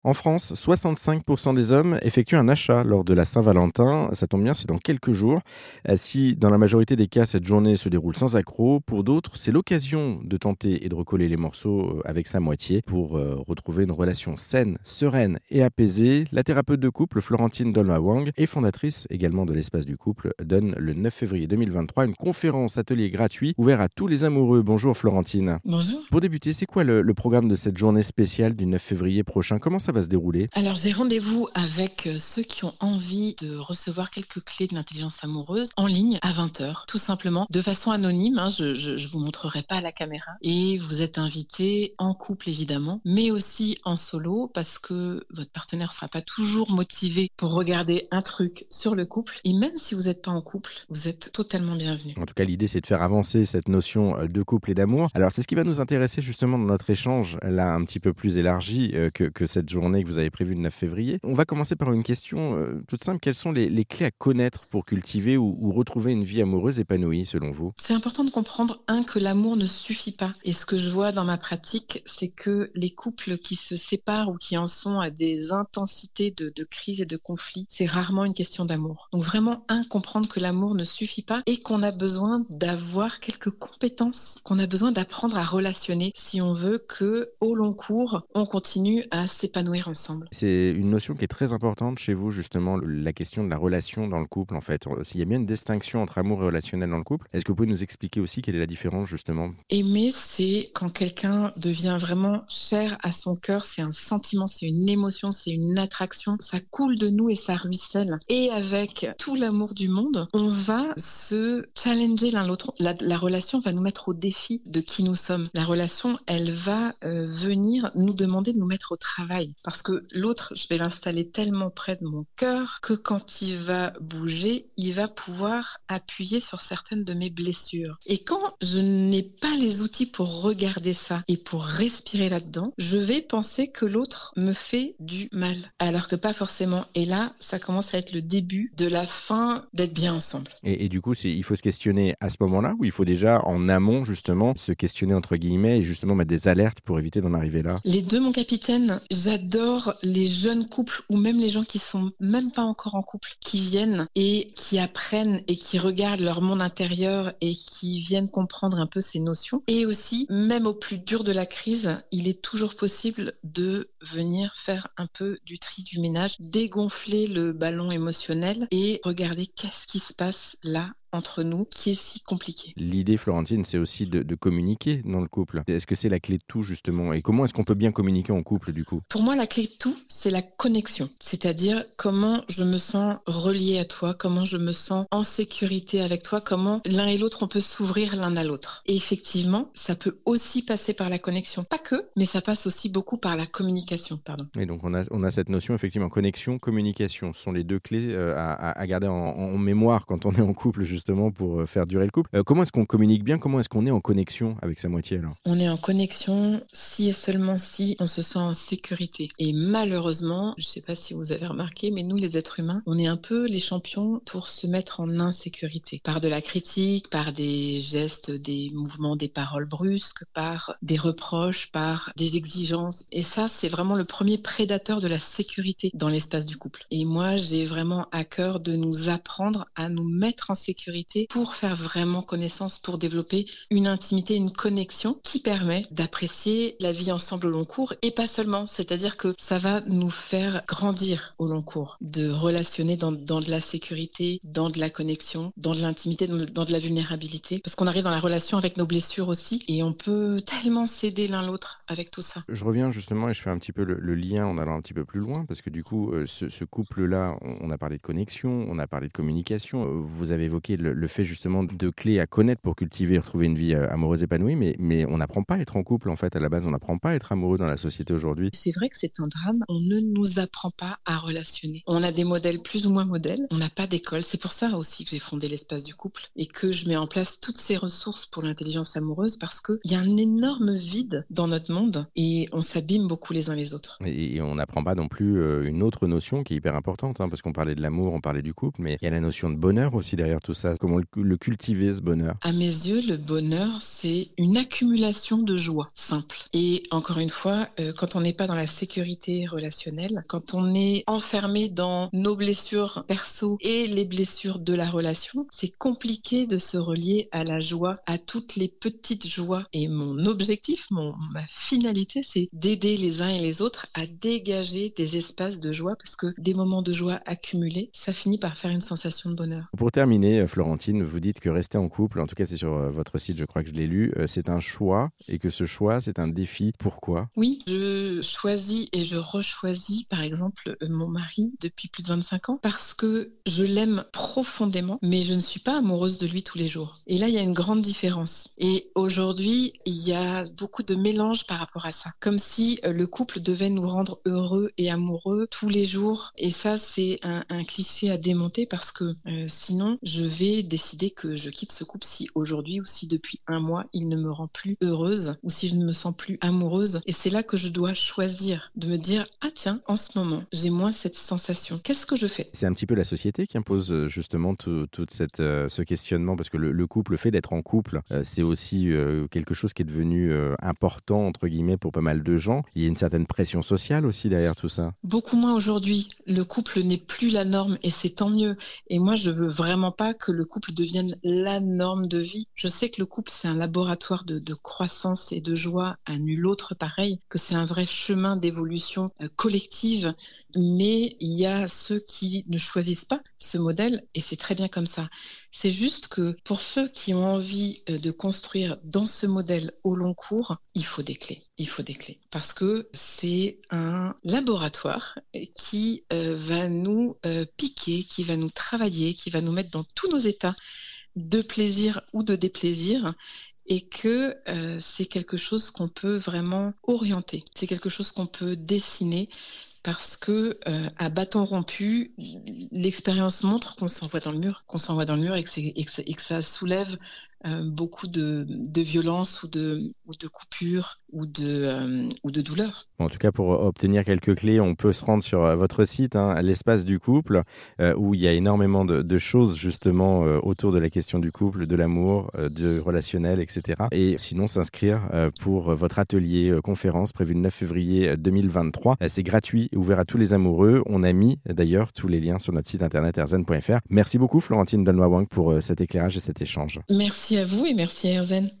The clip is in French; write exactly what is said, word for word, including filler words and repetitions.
En France, soixante-cinq pour cent des hommes effectuent un achat lors de la Saint-Valentin. Ça tombe bien, c'est dans quelques jours. Euh, Si dans la majorité des cas, cette journée se déroule sans accroc, pour d'autres, c'est l'occasion de tenter et de recoller les morceaux euh, avec sa moitié pour euh, retrouver une relation saine, sereine et apaisée. La thérapeute de couple Florentine Dolma-Wang et fondatrice également de l'espace du couple donne le neuf février deux mille vingt-trois une conférence atelier gratuit ouvert à tous les amoureux. Bonjour Florentine. Bonjour. Pour débuter, c'est quoi le, le programme de cette journée spéciale du neuf février prochain? Comment ça va se dérouler? Alors j'ai rendez-vous avec euh, ceux qui ont envie de recevoir quelques clés de l'intelligence amoureuse en ligne à vingt heures, tout simplement, de façon anonyme. Hein, je, je, je vous montrerai pas à la caméra. Et vous êtes invités en couple évidemment, mais aussi en solo parce que votre partenaire sera pas toujours motivé pour regarder un truc sur le couple. Et même si vous n'êtes pas en couple, vous êtes totalement bienvenus. En tout cas, l'idée, c'est de faire avancer cette notion euh, de couple et d'amour. Alors, c'est ce qui va nous intéresser justement dans notre échange, là, un petit peu plus élargi euh, que, que cette journée que vous avez prévue le neuf février. On va commencer par une question euh, toute simple. Quelles sont les, les clés à connaître pour cultiver ou, ou retrouver une vie amoureuse épanouie, selon vous? C'est important de comprendre, un, que l'amour ne suffit pas. Et ce que je vois dans ma pratique, c'est que les couples qui se séparent ou qui en sont à des intensités de, de crise et de conflit, c'est rarement une question d'amour. Donc vraiment, un, comprendre que l'amour ne suffit pas et qu'on a besoin d'avoir quelques compétences, qu'on a besoin d'apprendre à relationner si on veut que, au long cours, on continue à s'épanouir ensemble. C'est une notion qui est très importante chez vous, justement, le- la question de la relation dans le couple, en fait. Euh, S'il y a bien une distinction entre amour et relationnel dans le couple, est-ce que vous pouvez nous expliquer aussi quelle est la différence, justement? Aimer, c'est quand quelqu'un devient vraiment cher à son cœur, c'est un sentiment, c'est une émotion, c'est une attraction, ça coule de nous et ça ruisselle. Et avec tout l'amour du monde, on va se challenger l'un l'autre. La, la relation va nous mettre au défi de qui nous sommes. La relation, elle va euh, venir nous demander de nous mettre au travail. Parce que l'autre, je vais l'installer tellement près de mon cœur que quand il va bouger, il va pouvoir appuyer sur certaines de mes blessures. Et quand je n'ai pas les outils pour regarder ça et pour respirer là-dedans, je vais penser que l'autre me fait du mal, alors que pas forcément. Et là, ça commence à être le début de la fin d'être bien ensemble. Et, et du coup, c'est, il faut se questionner à ce moment-là ou il faut déjà, en amont, justement, se questionner, entre guillemets, et justement mettre des alertes pour éviter d'en arriver là? Les deux, mon capitaine, j'adore les jeunes couples ou même les gens qui sont même pas encore en couple, qui viennent et qui apprennent et qui regardent leur monde intérieur et qui viennent comprendre un peu ces notions. Et aussi, même au plus dur de la crise, il est toujours possible de venir faire un peu du tri du ménage, dégonfler le ballon émotionnel et regarder qu'est-ce qui se passe là entre nous qui est si compliqué. L'idée, Florentine, c'est aussi de, de communiquer dans le couple. Est-ce que c'est la clé de tout, justement? Et comment est-ce qu'on peut bien communiquer en couple, du coup? Pour moi, la clé de tout, c'est la connexion. C'est-à-dire comment je me sens reliée à toi, comment je me sens en sécurité avec toi, comment l'un et l'autre, on peut s'ouvrir l'un à l'autre. Et effectivement, ça peut aussi passer par la connexion. Pas que, mais ça passe aussi beaucoup par la communication, pardon. Et donc, on a, on a cette notion, effectivement, connexion, communication. Ce sont les deux clés euh, à, à- à garder en, en mémoire quand on est en couple, justement, pour euh, faire durer le couple. Euh, comment est-ce qu'on communique bien? Comment est-ce qu'on est en connexion avec sa moitié, alors? On est en connexion si et seulement si on se sent en sécurité. Et malheureusement, je ne sais pas si vous avez remarqué, mais nous les êtres humains, on est un peu les champions pour se mettre en insécurité. Par de la critique, par des gestes, des mouvements, des paroles brusques, par des reproches, par des exigences. Et ça, c'est vraiment le premier prédateur de la sécurité dans l'espace du couple. Et moi, j'ai vraiment à cœur de nous apprendre à nous mettre en sécurité pour faire vraiment connaissance, pour développer une intimité, une connexion qui permet d'apprécier la vie ensemble au long cours et pas seulement. C'est-à-dire que ça va nous faire grandir au long cours, de relationner dans, dans de la sécurité, dans de la connexion, dans de l'intimité, dans, dans de la vulnérabilité. Parce qu'on arrive dans la relation avec nos blessures aussi et on peut tellement s'aider l'un l'autre avec tout ça. Je reviens justement et je fais un petit peu le, le lien en allant un petit peu plus loin parce que du coup, euh, ce, ce couple-là, on, on a parlé de connexion, on a parlé de communication. euh, Vous avez évoqué le, le fait justement de clés à connaître pour cultiver et retrouver une vie euh, amoureuse épanouie, mais, mais on n'apprend pas à être en couple en fait à la base, on n'apprend pas à être amoureux dans la société aujourd'hui. C'est vrai que c'est un drame. On ne nous apprend pas à relationner. On a des modèles plus ou moins modèles. On n'a pas d'école. C'est pour ça aussi que j'ai fondé l'espace du couple et que je mets en place toutes ces ressources pour l'intelligence amoureuse parce qu'il y a un énorme vide dans notre monde et on s'abîme beaucoup les uns les autres. Et, et on n'apprend pas non plus euh, une autre notion qui est hyper importante, hein, parce qu'on parlait de l'amour, on parlait du couple, mais il y a la notion de bonheur aussi derrière tout ça. ça? Comment le, le cultiver, ce bonheur? À mes yeux, le bonheur, c'est une accumulation de joie simple. Et encore une fois, euh, quand on n'est pas dans la sécurité relationnelle, quand on est enfermé dans nos blessures perso et les blessures de la relation, c'est compliqué de se relier à la joie, à toutes les petites joies. Et mon objectif, mon, ma finalité, c'est d'aider les uns et les autres à dégager des espaces de joie, parce que des moments de joie accumulés, ça finit par faire une sensation de bonheur. Pour terminer, Florentine, vous dites que rester en couple, en tout cas c'est sur votre site, je crois que je l'ai lu, c'est un choix et que ce choix, c'est un défi. Pourquoi? Oui, je choisis et je rechoisis, par exemple, mon mari depuis plus de vingt-cinq ans parce que je l'aime profondément, mais je ne suis pas amoureuse de lui tous les jours. Et là, il y a une grande différence. Et aujourd'hui, il y a beaucoup de mélange par rapport à ça. Comme si le couple devait nous rendre heureux et amoureux tous les jours. Et ça, c'est un, un cliché à démonter parce que euh, sinon, je vais décider que je quitte ce couple si aujourd'hui ou si depuis un mois, il ne me rend plus heureuse ou si je ne me sens plus amoureuse. Et c'est là que je dois choisir de me dire « Ah tiens, en ce moment, j'ai moins cette sensation. Qu'est-ce que je fais ?» C'est un petit peu la société qui impose justement tout, tout cette, euh, ce questionnement, parce que le, le couple, le fait d'être en couple, euh, c'est aussi euh, quelque chose qui est devenu euh, important, entre guillemets, pour pas mal de gens. Il y a une certaine pression sociale aussi derrière tout ça. Beaucoup moins aujourd'hui. Le couple n'est plus la norme et c'est tant mieux. Et moi, je veux vraiment pas que le couple devienne la norme de vie. Je sais que le couple, c'est un laboratoire de, de croissance et de joie à nul autre pareil, que c'est un vrai chemin d'évolution euh, collective. Mais il y a ceux qui ne choisissent pas ce modèle et c'est très bien comme ça. C'est juste que pour ceux qui ont envie euh, de construire dans ce modèle au long cours, il faut des clés. Il faut des clés parce que c'est un laboratoire qui euh, va nous euh, piquer, qui va nous travailler, qui va nous mettre dans tous nos états de plaisir ou de déplaisir. Et que euh, c'est quelque chose qu'on peut vraiment orienter, c'est quelque chose qu'on peut dessiner parce que euh, à bâton rompu, l'expérience montre qu'on s'envoie dans le mur, qu'on s'envoie dans le mur et que, c'est, et que, c'est, et que ça soulève euh, beaucoup de, de violence ou de, ou de coupures ou de, euh, ou de douleur. En tout cas, pour obtenir quelques clés, on peut se rendre sur votre site, hein, l'espace du couple, euh, où il y a énormément de, de choses justement euh, autour de la question du couple, de l'amour, euh, du relationnel, et cetera. Et sinon, s'inscrire euh, pour votre atelier euh, conférence prévu le neuf février deux mille vingt-trois. Euh, c'est gratuit et ouvert à tous les amoureux. On a mis d'ailleurs tous les liens sur notre site internet erzen point f r. Merci beaucoup Florentine Delnoy-Wang pour euh, cet éclairage et cet échange. Merci à vous et merci à Erzen.